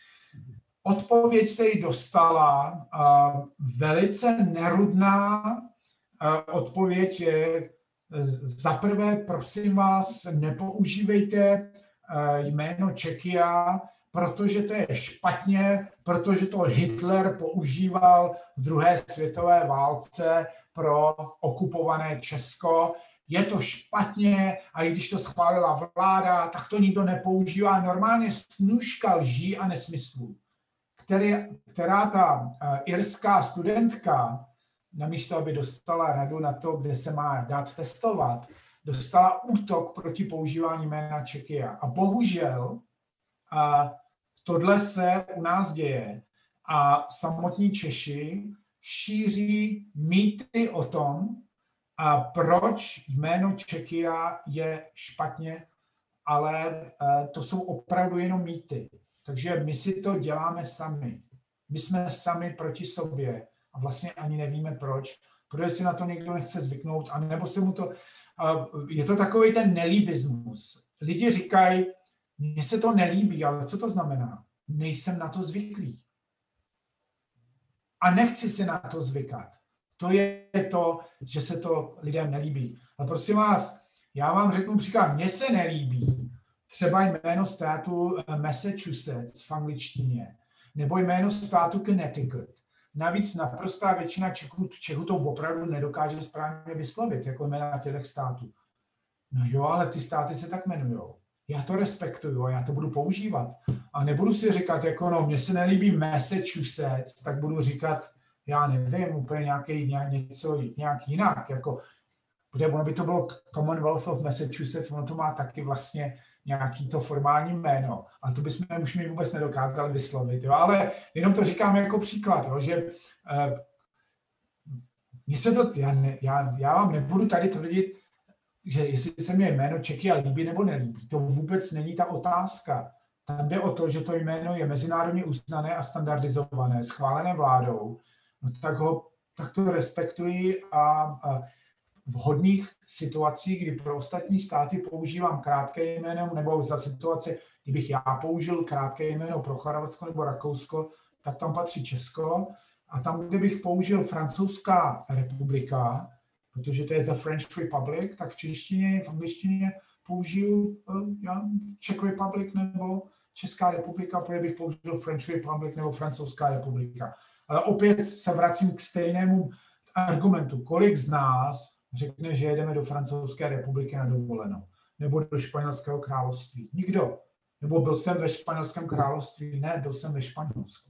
Odpověď se jí dostala, velice nerudná odpověď je, za prvé, prosím vás, nepoužívejte jméno Czechia, protože to je špatně, protože to Hitler používal v druhé světové válce pro okupované Česko. Je to špatně a i když to schválila vláda, tak to nikdo nepoužívá. Normálně snůška lží a nesmyslů, která ta irská studentka, namísto aby dostala radu na to, kde se má dát testovat, dostala útok proti používání jména Czechia. A bohužel tohle se u nás děje a samotní Češi šíří mýty o tom, proč jméno Czechia je špatně, ale to jsou opravdu jenom mýty. Takže my si to děláme sami. My jsme sami proti sobě a vlastně ani nevíme proč, protože si na to někdo nechce zvyknout, anebo se mu to... Je to takový ten nelíbismus. Lidi říkají, mně se to nelíbí, ale co to znamená? Nejsem na to zvyklý. A nechci si na to zvykat. To je to, že se to lidem nelíbí. Ale prosím vás, já vám řeknu příklad, mně se nelíbí třeba jméno státu Massachusetts v angličtině, nebo jméno státu Connecticut. Navíc naprostá většina Čechů to opravdu nedokáže správně vyslovit, jako jména těch států. No jo, ale ty státy se tak jmenujou. Já to respektuju a já to budu používat. A nebudu si říkat, jako no, mně se nelíbí Massachusetts, tak budu říkat, já nevím, úplně nějak jinak. Jako, ono by to bylo Commonwealth of Massachusetts, ono to má taky vlastně nějaký to formální jméno. A to bychom už mi vůbec nedokázali vyslovit. Jo? Ale jenom to říkám jako příklad, jo? Že já vám nebudu tady tvrdit, že jestli se mi jméno Czechia líbí nebo nelíbí. To vůbec není ta otázka. Tam jde o to, že to jméno je mezinárodně uznané a standardizované, schválené vládou, no tak to respektuji a v hodných situacích, kdy pro ostatní státy používám krátké jméno, nebo za situace, kdybych já použil krátké jméno pro Chorvatsko nebo Rakousko, tak tam patří Česko. A tam, kde bych použil Francouzská republika, protože to je the French Republic, tak v češtině, v angličtině použiju Czech Republic nebo Česká republika, protože bych použil French Republic nebo Francouzská republika. Ale opět se vracím k stejnému argumentu. Kolik z nás řekne, že jedeme do Francouzské republiky na dovolenou? Nebo do Španělského království? Nikdo. Nebo byl jsem ve Španělském království? Ne, byl jsem ve Španělsku.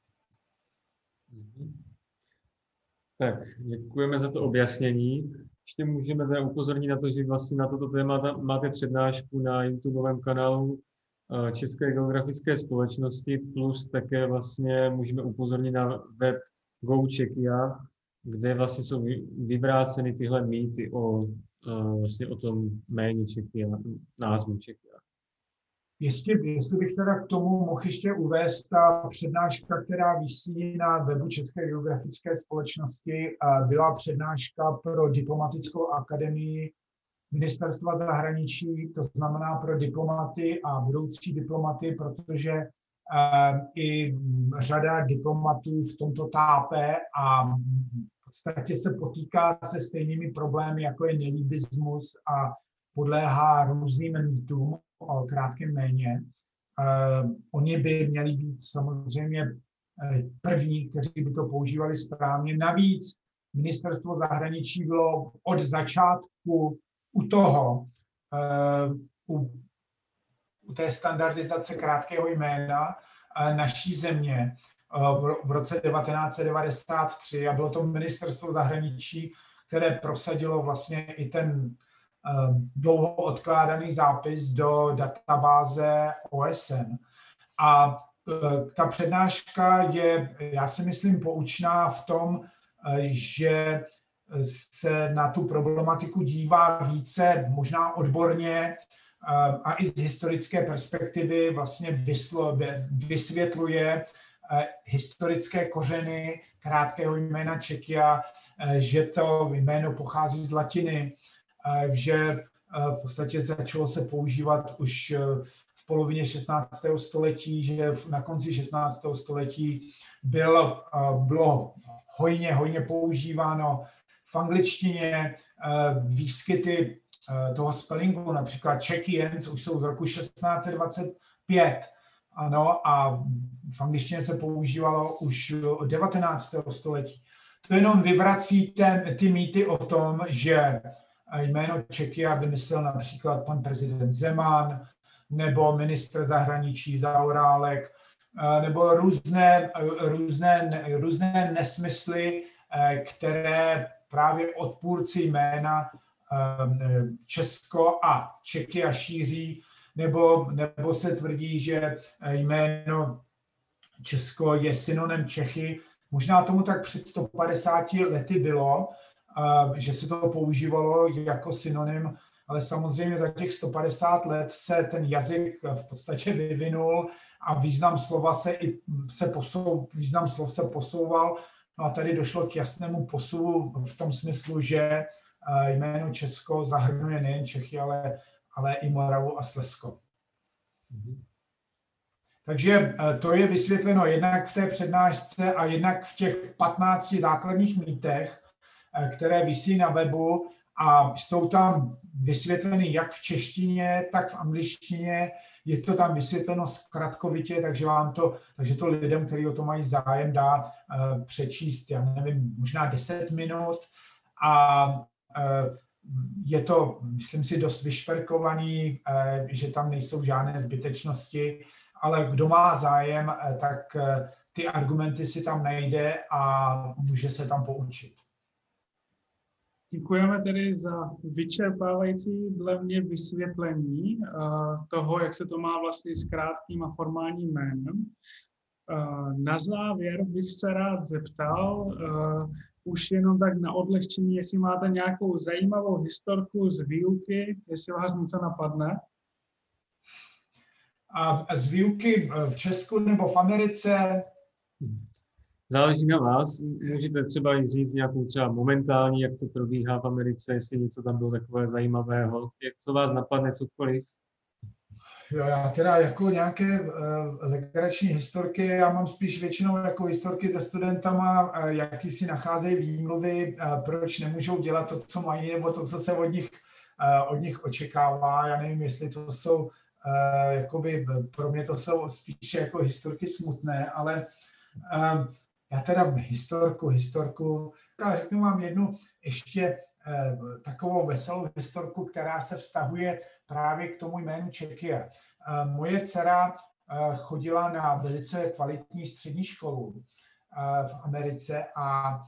Tak, děkujeme za to objasnění. Ještě můžeme teda upozornit na to, že vlastně na toto téma máte přednášku na YouTubeovém kanálu České geografické společnosti, plus také vlastně můžeme upozornit na web GoCzechia, kde vlastně jsou vyvráceny tyhle mýty vlastně o tom jméně Czechia, názvu Czechia. Jestli bych teda k tomu mohl ještě uvést ta přednáška, která visí na webu České geografické společnosti, byla přednáška pro diplomatickou akademii Ministerstva zahraničí, to znamená pro diplomaty a budoucí diplomaty, protože i řada diplomatů v tomto tápe a v podstatě se potýká se stejnými problémy, jako je nelibismus a podléhá různým mýtům o krátkém jméně. Oni by měli být samozřejmě první, kteří by to používali správně. Navíc Ministerstvo zahraničí bylo od začátku u toho, u té standardizace krátkého jména naší země v roce 1993 a bylo to Ministerstvo zahraničí, které prosadilo vlastně i ten dlouho odkládaný zápis do databáze OSN. A ta přednáška je, já si myslím, poučná v tom, že se na tu problematiku dívá více možná odborně a i z historické perspektivy vlastně vysvětluje historické kořeny krátkého jména Czechia, že to jméno pochází z latiny, že v podstatě začalo se používat už v polovině 16. století, že na konci 16. století bylo hojně používáno v angličtině. Výskyty toho spellingu, například Czechians, už jsou z roku 1625. Ano, a v angličtině se používalo už od 19. století. To jenom vyvrací ty mýty o tom, že jméno Czechia vymyslel například pan prezident Zeman nebo ministr zahraničí Zaorálek, nebo různé nesmysly, které právě odpůrci jména Česko a Czechia šíří, nebo se tvrdí, že jméno Česko je synonym Čechy. Možná tomu tak před 150 lety bylo, že se to používalo jako synonym, ale samozřejmě za těch 150 let se ten jazyk v podstatě vyvinul a význam slov se posouval. No a tady došlo k jasnému posunu v tom smyslu, že jméno Česko zahrnuje nejen Čechy, ale i Moravu a Slezsko. Takže to je vysvětleno jednak v té přednášce a jednak v těch 15 základních mýtech, které visí na webu a jsou tam vysvětleny jak v češtině, tak v angličtině. Je to tam vysvětleno zkratkovitě, takže to lidem, kteří o to mají zájem, dá přečíst, já nevím, možná 10 minut. A je to, myslím si, dost vyšperkovaný, že tam nejsou žádné zbytečnosti, ale kdo má zájem, tak ty argumenty si tam najde a může se tam poučit. Děkujeme tedy za vyčerpávající dle mě vysvětlení toho, jak se to má vlastně s krátkým a formálním jménem. Na závěr bych se rád zeptal, už jenom tak na odlehčení, jestli máte nějakou zajímavou historku z výuky, jestli vás něco napadne. A z výuky v Česku nebo v Americe? Záleží na vás. Můžete třeba i říct nějakou třeba momentální, jak to probíhá v Americe, jestli něco tam bylo takové zajímavého. Co vás napadne, cokoliv? Jo, já teda jako nějaké legrační historky, já mám spíš většinou jako historky se studentama, jaký si nacházejí výmluvy, proč nemůžou dělat to, co mají, nebo to, co se od nich od nich očekává. Já nevím, jestli to jsou, jakoby pro mě to jsou spíše jako historky smutné, ale já teda historku, ale řeknu vám jednu ještě takovou veselou historku, která se vztahuje právě k tomu jménu Czechia. Moje dcera chodila na velice kvalitní střední školu v Americe a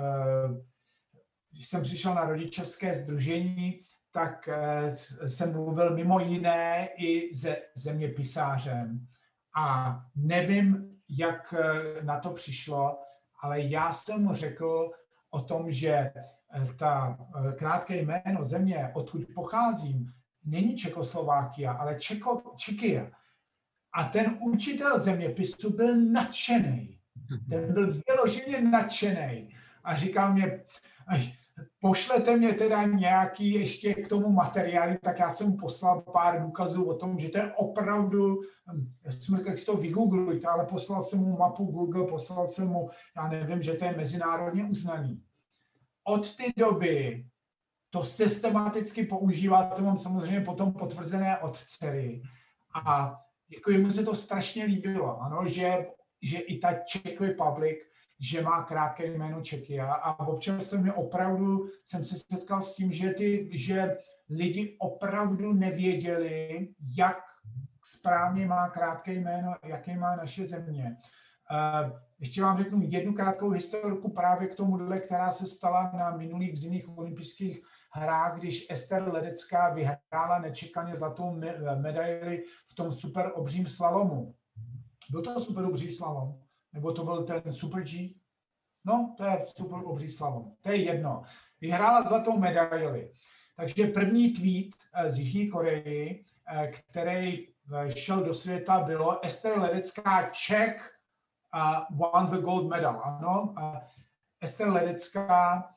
když jsem přišel na rodičovské sdružení, tak jsem mluvil mimo jiné i se zeměpisářem. A nevím, jak na to přišlo, ale já jsem mu řekl o tom, že ta krátké jméno země, odkud pocházím, není Čekoslovákia, ale Czechia. A ten učitel zeměpisu byl nadšený. Ten byl vyloženě nadšený. A říkal mě, pošlete mě teda nějaký ještě k tomu materiály, tak já jsem mu poslal pár důkazů o tom, že to je opravdu, já jsem řekl, jak si to vygooglujte, ale poslal jsem mu mapu Google, poslal jsem mu, já nevím, že to je mezinárodně uznaný. Od té doby to systematicky používá, to mám samozřejmě potom potvrzené od dcery. A jako jemu se to strašně líbilo, ano, že i ta Czech Republic, že má krátké jméno Czechia a občas jsem se setkal s tím, že lidi opravdu nevěděli, jak správně má krátké jméno, jaké má naše země. Ještě vám řeknu jednu krátkou historku právě k tomuhle, která se stala na minulých zimních olympijských hrách, když Ester Ledecká vyhrála nečekaně zlatou medaili v tom super obřím slalomu. Byl to super obří slalom? Nebo to byl ten Super G? No, to je super obří slalom. To je jedno. Vyhrála zlatou medaili. Takže první tweet z Jižní Koreji, který šel do světa, bylo Ester Ledecká Czech won the gold medal. Ano, Ester Ledecká,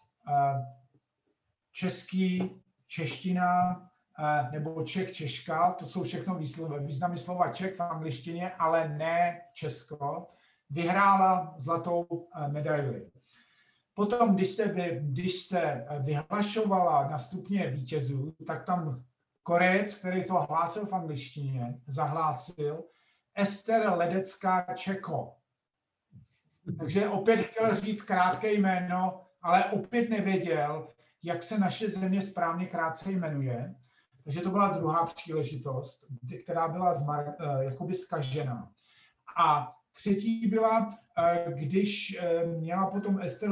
čeština, nebo Češka, to jsou všechno významy slova Čech v angličtině, ale ne Česko, vyhrála zlatou medaili. Potom, když se vyhlašovala na stupně vítězů, tak tam Korejec, který to hlásil v angličtině, zahlásil Ester Ledecká Čeko. Takže opět chtěl říct krátké jméno, ale opět nevěděl, jak se naše země správně krátce jmenuje. Takže to byla druhá příležitost, která byla jakoby zkažená. A třetí byla, když měla potom Ester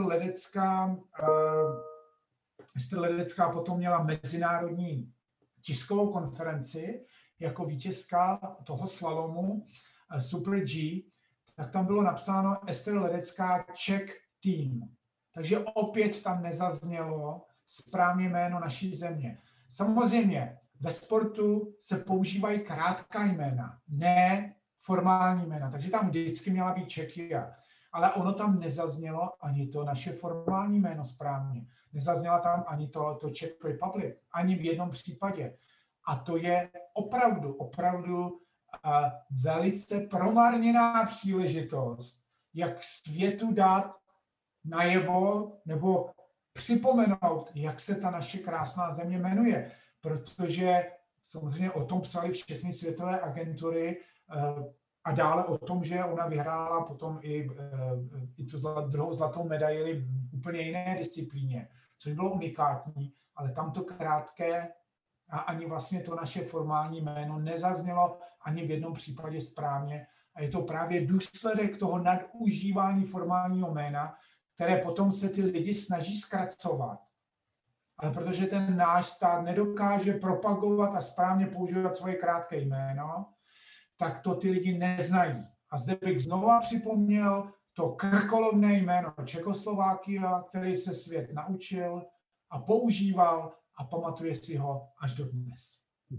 Ledecká potom měla mezinárodní tiskovou konferenci jako vítězka toho slalomu Super G, tak tam bylo napsáno Ester Ledecká Czech Team. Takže opět tam nezaznělo správně jméno naší země. Samozřejmě ve sportu se používají krátká jména, ne formální jména, takže tam vždycky měla být Czechia, ale ono tam nezaznělo ani to naše formální jméno správně. Nezazněla tam ani to Czech Republic, ani v jednom případě. A to je opravdu velice promarněná příležitost, jak světu dát najevo nebo připomenout, jak se ta naše krásná země jmenuje. Protože samozřejmě o tom psali všechny světové agentury a dále o tom, že ona vyhrála potom i tu druhou zlatou medaili v úplně jiné disciplíně, což bylo unikátní, ale tam to krátké a ani vlastně to naše formální jméno nezaznělo ani v jednom případě správně. A je to právě důsledek toho nadužívání formálního jména, které potom se ty lidi snaží zkracovat. Ale protože ten náš stát nedokáže propagovat a správně používat svoje krátké jméno, tak to ty lidi neznají. A zde bych znova připomněl to krkolomné jméno Čekoslovákia, který se svět naučil a používal a pamatuje si ho až do dnes.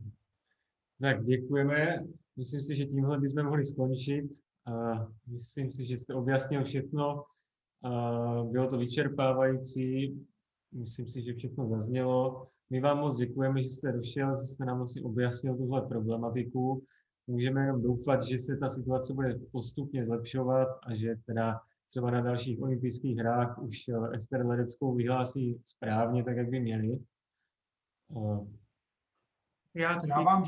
Tak děkujeme. Myslím si, že tímhle bychom mohli skončit. Myslím si, že jste objasnil všechno. Bylo to vyčerpávající. Myslím si, že všechno zaznělo. My vám moc děkujeme, že jste došel, že jste nám vlastně objasnil tuhle problematiku. Můžeme jenom doufat, že se ta situace bude postupně zlepšovat a že teda třeba na dalších olympijských hrách už Ester Ledeckou vyhlásí správně, tak jak by měli. Já vám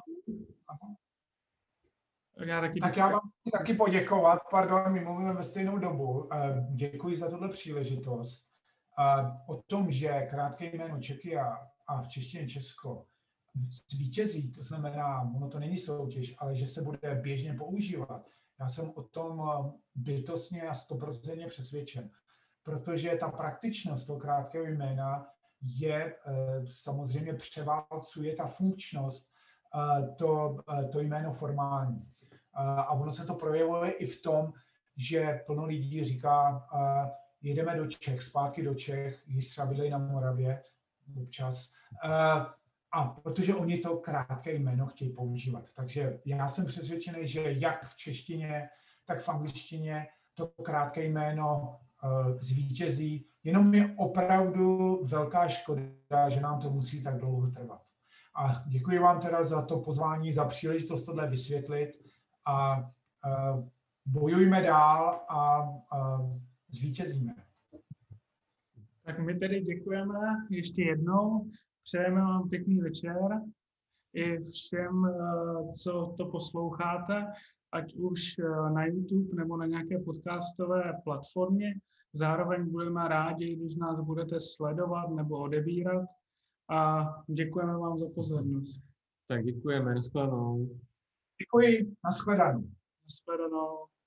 taky tak já vám chci taky poděkovat, pardon, my mluvíme ve stejnou dobu. Děkuji za tuhle příležitost. O tom, že krátké jméno Czechia a v češtině Česko zvítězí, to znamená, ono to není soutěž, ale že se bude běžně používat. Já jsem o tom bytostně a 100% přesvědčen, protože ta praktičnost toho krátkého jména je samozřejmě převálcuje ta funkčnost, to jméno formální. A ono se to projevuje i v tom, že plno lidí říká, jedeme do Čech, zpátky do Čech, když třeba bydlejí na Moravě občas, a protože oni to krátké jméno chtějí používat. Takže já jsem přesvědčený, že jak v češtině, tak v angličtině to krátké jméno zvítězí. Jenom je opravdu velká škoda, že nám to musí tak dlouho trvat. A děkuji vám teda za to pozvání, za příležitost tohle vysvětlit a bojujme dál a zvítězíme. Tak my tedy děkujeme ještě jednou, přejeme vám pěkný večer i všem, co to posloucháte, ať už na YouTube nebo na nějaké podcastové platformě. Zároveň budeme rádi, když nás budete sledovat nebo odebírat a děkujeme vám za pozornost. Tak děkujeme, nashledanou. Děkuji, nashledanou. Nashledanou.